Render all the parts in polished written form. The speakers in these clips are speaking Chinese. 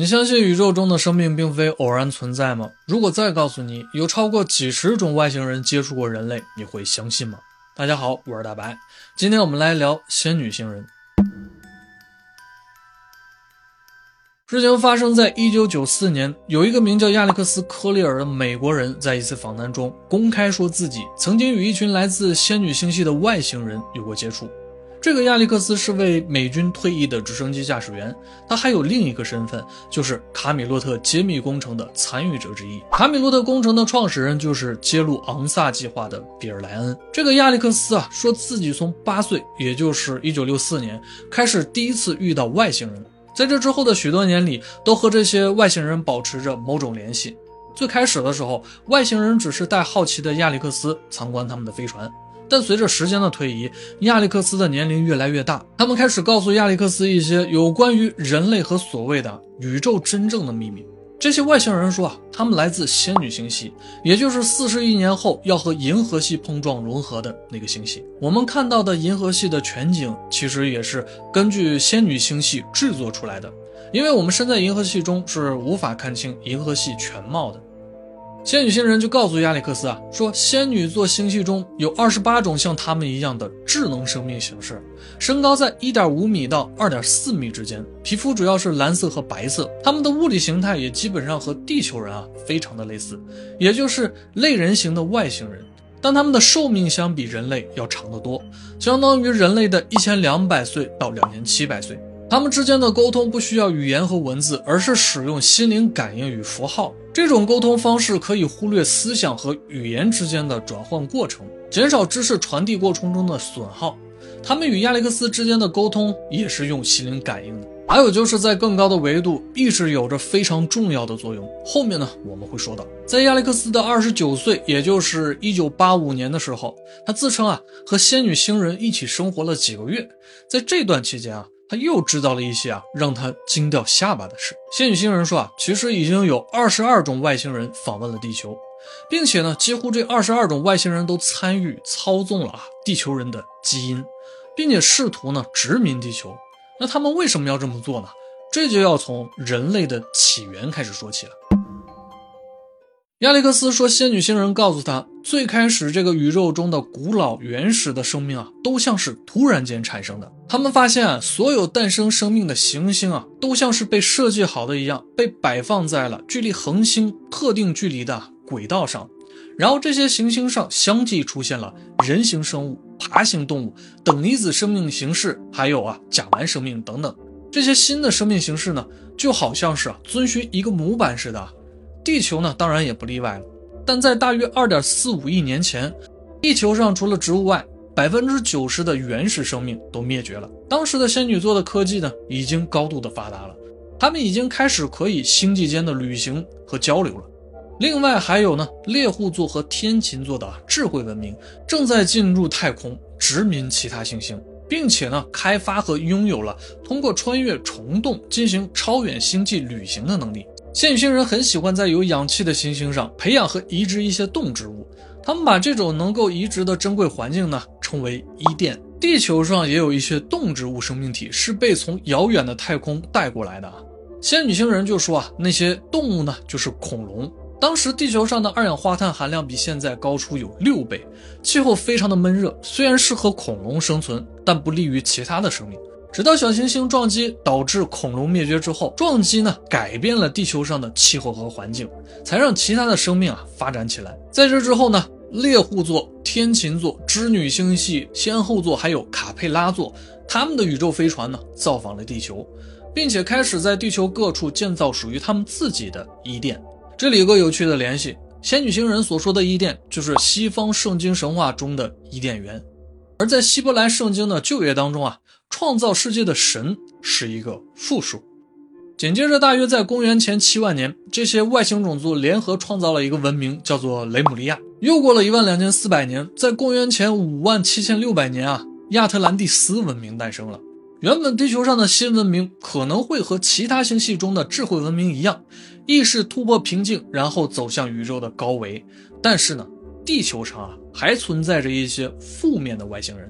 你相信宇宙中的生命并非偶然存在吗？如果再告诉你有超过几十种外星人接触过人类，你会相信吗？大家好，我是大白，今天我们来聊仙女星人。事情发生在1994年，有一个名叫亚历克斯·科利尔的美国人在一次访谈中公开说自己曾经与一群来自仙女星系的外星人有过接触。这个亚历克斯是位美军退役的直升机驾驶员，他还有另一个身份，就是卡米洛特揭秘工程的参与者之一。卡米洛特工程的创始人就是揭露昂萨计划的比尔莱恩。这个亚历克斯说自己从8岁，也就是1964年开始第一次遇到外星人，在这之后的许多年里都和这些外星人保持着某种联系。最开始的时候，外星人只是带好奇的亚历克斯参观他们的飞船，但随着时间的推移，亚历克斯的年龄越来越大，他们开始告诉亚历克斯一些有关于人类和所谓的宇宙真正的秘密。这些外星人说他们来自仙女星系，也就是40亿年后要和银河系碰撞融合的那个星系。我们看到的银河系的全景其实也是根据仙女星系制作出来的，因为我们身在银河系中是无法看清银河系全貌的。仙女星人就告诉亚历克斯说仙女座星系中有28种像他们一样的智能生命形式，身高在 1.5 米到 2.4 米之间，皮肤主要是蓝色和白色，他们的物理形态也基本上和地球人非常的类似，也就是类人型的外星人，但他们的寿命相比人类要长得多，相当于人类的1200岁到2700岁。他们之间的沟通不需要语言和文字，而是使用心灵感应与符号。这种沟通方式可以忽略思想和语言之间的转换过程，减少知识传递过程中的损耗。他们与亚历克斯之间的沟通也是用心灵感应的。还有就是在更高的维度，意识有着非常重要的作用。后面呢我们会说到，在亚历克斯的29岁，也就是1985年的时候，他自称和仙女星人一起生活了几个月。在这段期间他又知道了一些让他惊掉下巴的事。仙女星人说其实已经有22种外星人访问了地球，并且呢，几乎这22种外星人都参与操纵了地球人的基因，并且试图呢殖民地球。那他们为什么要这么做呢？这就要从人类的起源开始说起了。亚历克斯说仙女星人告诉他，最开始这个宇宙中的古老原始的生命都像是突然间产生的。他们发现所有诞生生命的行星都像是被设计好的一样，被摆放在了距离恒星特定距离的轨道上，然后这些行星上相继出现了人形生物、爬行动物、等离子生命形式，还有甲烷生命等等。这些新的生命形式呢，就好像是遵循一个模板似的。地球呢当然也不例外了，但在大约 2.45 亿年前，地球上除了植物外，90% 的原始生命都灭绝了。当时的仙女座的科技呢已经高度的发达了，他们已经开始可以星际间的旅行和交流了。另外还有呢，猎户座和天琴座的智慧文明正在进入太空殖民其他行星，并且呢开发和拥有了通过穿越虫洞进行超远星际旅行的能力。仙女星人很喜欢在有氧气的行星上培养和移植一些动植物，他们把这种能够移植的珍贵环境呢称为伊甸。地球上也有一些动植物生命体是被从遥远的太空带过来的。仙女星人就说那些动物呢就是恐龙。当时地球上的二氧化碳含量比现在高出有6倍，气候非常的闷热，虽然适合恐龙生存，但不利于其他的生命。直到小行星撞击导致恐龙灭绝之后，撞击呢改变了地球上的气候和环境，才让其他的生命发展起来。在这之后呢，猎户座、天琴座、织女星系、仙后座还有卡佩拉座，他们的宇宙飞船呢造访了地球，并且开始在地球各处建造属于他们自己的伊甸。这里有个有趣的联系，仙女星人所说的伊甸就是西方圣经神话中的伊甸园，而在希伯来圣经的旧约当中创造世界的神是一个复数。紧接着大约在公元前7万年，这些外星种族联合创造了一个文明，叫做雷姆利亚。又过了12400年，在公元前57600年亚特兰蒂斯文明诞生了。原本地球上的新文明可能会和其他星系中的智慧文明一样，意识突破瓶颈，然后走向宇宙的高维。但是呢，地球上还存在着一些负面的外星人，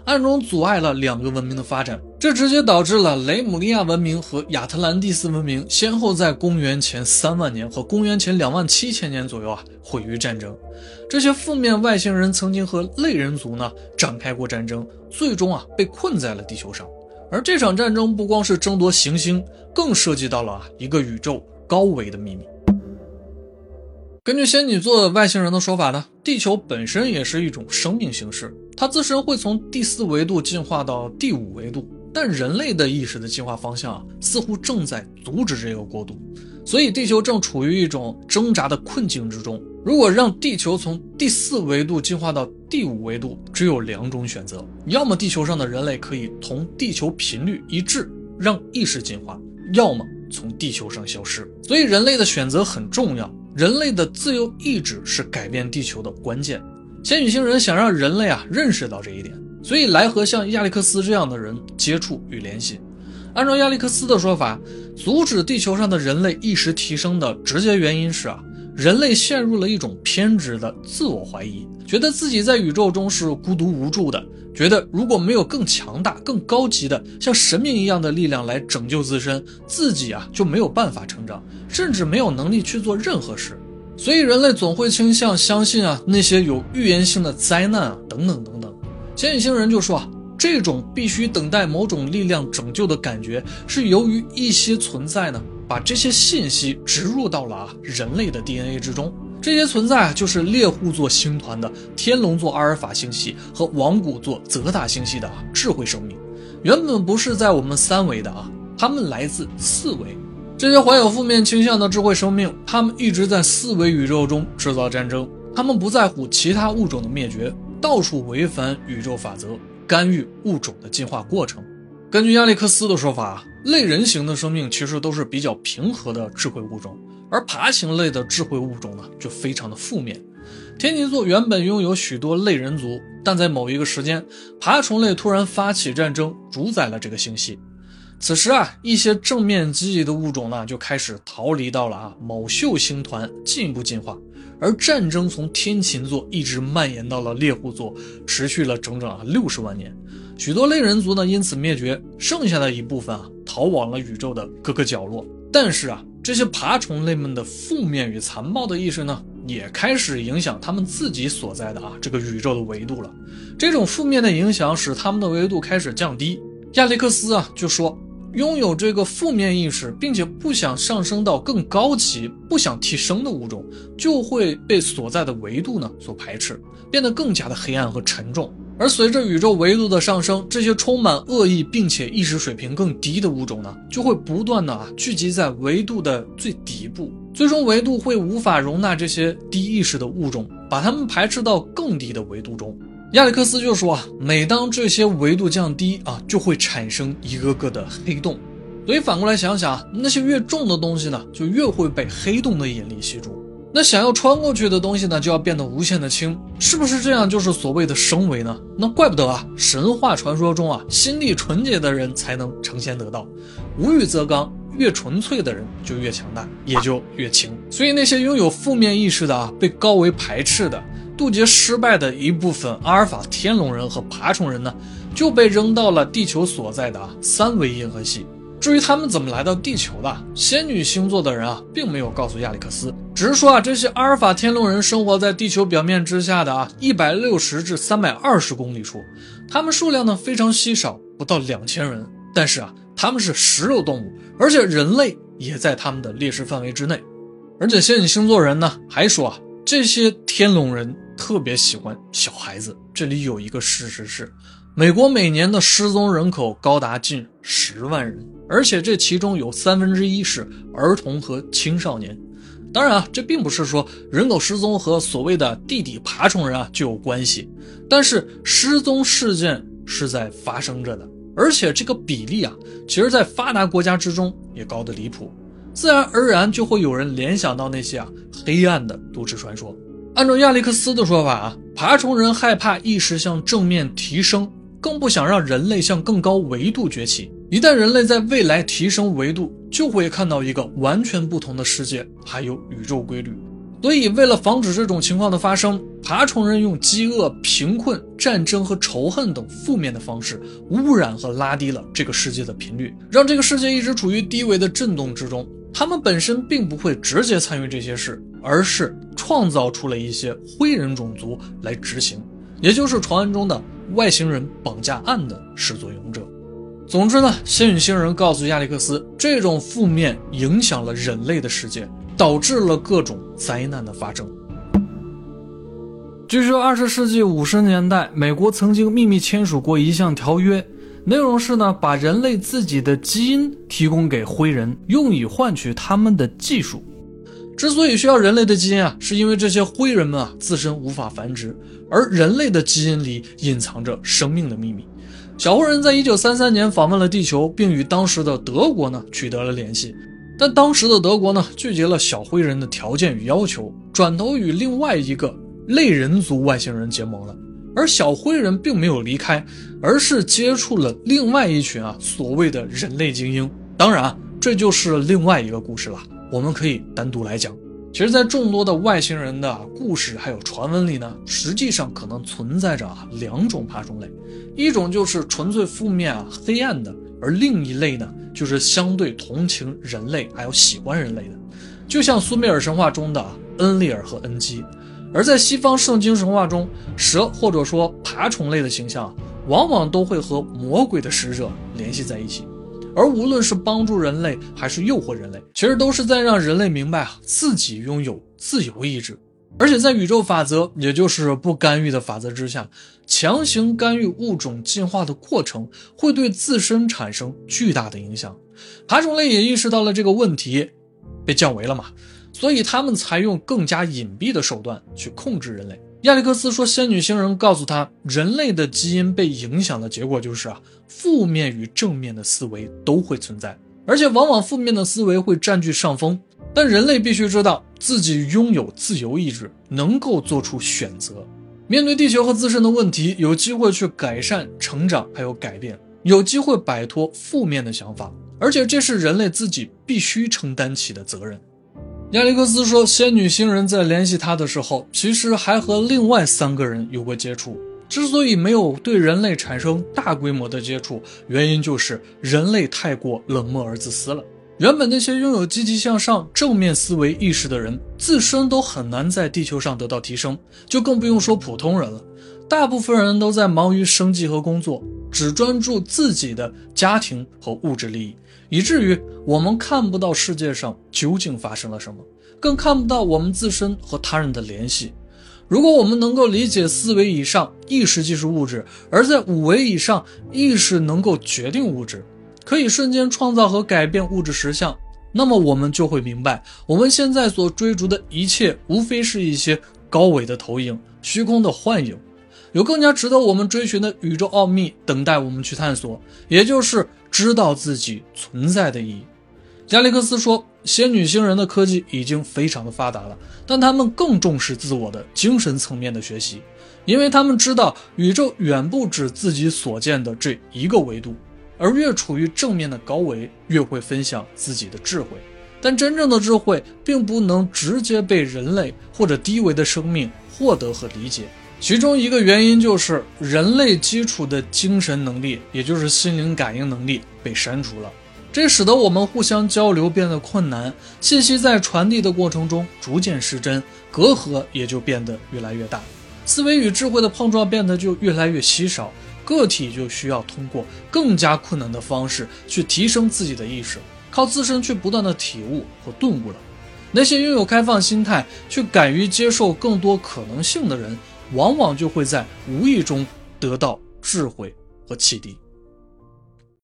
暗中阻碍了2个文明的发展，这直接导致了雷姆利亚文明和亚特兰蒂斯文明先后在公元前3万年和公元前27000年左右毁于战争。这些负面外星人曾经和类人族呢展开过战争，最终被困在了地球上。而这场战争不光是争夺行星，更涉及到了一个宇宙高维的秘密。根据仙女座的外星人的说法呢，地球本身也是一种生命形式，它自身会从第4维度进化到第5维度，但人类的意识的进化方向似乎正在阻止这个过渡，所以地球正处于一种挣扎的困境之中。如果让地球从第4维度进化到第5维度，只有2种选择，要么地球上的人类可以同地球频率一致，让意识进化，要么从地球上消失。所以人类的选择很重要，人类的自由意志是改变地球的关键。仙女星人想让人类认识到这一点，所以来和像亚历克斯这样的人接触与联系。按照亚历克斯的说法，阻止地球上的人类意识提升的直接原因是人类陷入了一种偏执的自我怀疑，觉得自己在宇宙中是孤独无助的，觉得如果没有更强大更高级的像神明一样的力量来拯救自身，自己就没有办法成长，甚至没有能力去做任何事。所以人类总会倾向相信那些有预言性的灾难等等等等。仙女星人就说这种必须等待某种力量拯救的感觉，是由于一些存在呢把这些信息植入到了人类的 DNA 之中。这些存在就是猎户座星团的天龙座阿尔法星系和王谷座泽塔星系的智慧生命，原本不是在我们3维的他们来自4维。这些怀有负面倾向的智慧生命，他们一直在4维宇宙中制造战争，他们不在乎其他物种的灭绝，到处违反宇宙法则，干预物种的进化过程。根据亚历克斯的说法，类人型的生命其实都是比较平和的智慧物种，而爬行类的智慧物种呢就非常的负面。天琴座原本拥有许多类人族，但在某一个时间，爬虫类突然发起战争，主宰了这个星系。此时一些正面积极的物种呢就开始逃离到了某宿星团进一步进化，而战争从天琴座一直蔓延到了猎户座，持续了整整60万年。许多类人族呢因此灭绝，剩下的一部分逃往了宇宙的各个角落。但是这些爬虫类们的负面与残暴的意识呢也开始影响他们自己所在的这个宇宙的维度了。这种负面的影响使他们的维度开始降低。亚历克斯就说，拥有这个负面意识并且不想上升到更高级，不想提升的物种，就会被所在的维度呢所排斥，变得更加的黑暗和沉重。而随着宇宙维度的上升，这些充满恶意并且意识水平更低的物种呢，就会不断的聚集在维度的最底部，最终维度会无法容纳这些低意识的物种，把它们排斥到更低的维度中。亚历克斯就说每当这些维度降低就会产生一个个的黑洞。所以反过来想想那些越重的东西呢，就越会被黑洞的引力吸住。那想要穿过去的东西呢，就要变得无限的轻，是不是这样就是所谓的升维呢？那怪不得神话传说中心地纯洁的人才能成仙得道，无欲则刚，越纯粹的人就越强大，也就越轻。所以那些拥有负面意识的被高维排斥的渡劫失败的一部分阿尔法天龙人和爬虫人呢，就被扔到了地球所在的3维银河系。至于他们怎么来到地球的，仙女星座的人并没有告诉亚历克斯，只是说这些阿尔法天龙人生活在地球表面之下的160至320公里处，他们数量呢非常稀少，不到2000人，但是他们是食肉动物，而且人类也在他们的猎食范围之内。而且仙女星座人呢还说这些天龙人特别喜欢小孩子。这里有一个事实是，美国每年的失踪人口高达近10万人，而且这其中有1/3是儿童和青少年。当然这并不是说人口失踪和所谓的地底爬虫人就有关系，但是失踪事件是在发生着的，而且这个比例其实在发达国家之中也高得离谱，自然而然就会有人联想到那些黑暗的都市传说。按照亚历克斯的说法爬虫人害怕意识向正面提升，更不想让人类向更高维度崛起。一旦人类在未来提升维度，就会看到一个完全不同的世界，还有宇宙规律。 所以为了防止这种情况的发生，爬虫人用饥饿、贫困、战争和仇恨等负面的方式污染和拉低了这个世界的频率，让这个世界一直处于低维的震动之中。他们本身并不会直接参与这些事，而是创造出了一些灰人种族来执行，也就是传闻中的外星人绑架案的始作俑者。总之呢，仙女星人告诉亚历克斯，这种负面影响了人类的世界，导致了各种灾难的发生。据说20世纪50年代，美国曾经秘密签署过一项条约，内容是呢，把人类自己的基因提供给灰人，用以换取他们的技术。之所以需要人类的基因啊，是因为这些灰人们啊自身无法繁殖，而人类的基因里隐藏着生命的秘密。小灰人在1933年访问了地球，并与当时的德国呢取得了联系，但当时的德国呢拒绝了小灰人的条件与要求，转头与另外一个类人族外星人结盟了。而小灰人并没有离开，而是接触了另外一群所谓的人类精英。当然这就是另外一个故事了，我们可以单独来讲。其实在众多的外星人的故事还有传闻里呢，实际上可能存在着两种爬虫类，一种就是纯粹负面黑暗的，而另一类呢就是相对同情人类还有喜欢人类的，就像苏美尔神话中的恩利尔和恩基。而在西方圣经神话中，蛇或者说爬虫类的形象往往都会和魔鬼的使者联系在一起，而无论是帮助人类还是诱惑人类，其实都是在让人类明白自己拥有自由意志。而且在宇宙法则，也就是不干预的法则之下，强行干预物种进化的过程会对自身产生巨大的影响。爬虫类也意识到了这个问题，被降维了嘛，所以他们才用更加隐蔽的手段去控制人类。亚历克斯说，仙女星人告诉他，人类的基因被影响的结果就是负面与正面的思维都会存在，而且往往负面的思维会占据上风。但人类必须知道自己拥有自由意志，能够做出选择。面对地球和自身的问题，有机会去改善、成长还有改变，有机会摆脱负面的想法，而且这是人类自己必须承担起的责任。亚历克斯说，仙女星人在联系他的时候，其实还和另外3个人有过接触。之所以没有对人类产生大规模的接触，原因就是人类太过冷漠而自私了。原本那些拥有积极向上、正面思维意识的人，自身都很难在地球上得到提升，就更不用说普通人了。大部分人都在忙于生计和工作，只专注自己的家庭和物质利益，以至于我们看不到世界上究竟发生了什么，更看不到我们自身和他人的联系。如果我们能够理解4维以上意识即是物质，而在5维以上意识能够决定物质，可以瞬间创造和改变物质实相，那么我们就会明白，我们现在所追逐的一切无非是一些高维的投影，虚空的幻影，有更加值得我们追寻的宇宙奥秘等待我们去探索，也就是知道自己存在的意义。亚历克斯说，仙女星人的科技已经非常的发达了，但他们更重视自我的精神层面的学习，因为他们知道宇宙远不止自己所见的这一个维度，而越处于正面的高维，越会分享自己的智慧。但真正的智慧并不能直接被人类或者低维的生命获得和理解，其中一个原因就是人类基础的精神能力，也就是心灵感应能力被删除了，这使得我们互相交流变得困难，信息在传递的过程中逐渐失真，隔阂也就变得越来越大，思维与智慧的碰撞变得就越来越稀少，个体就需要通过更加困难的方式去提升自己的意识，靠自身去不断的体悟和顿悟了。那些拥有开放心态，去敢于接受更多可能性的人，往往就会在无意中得到智慧和启迪。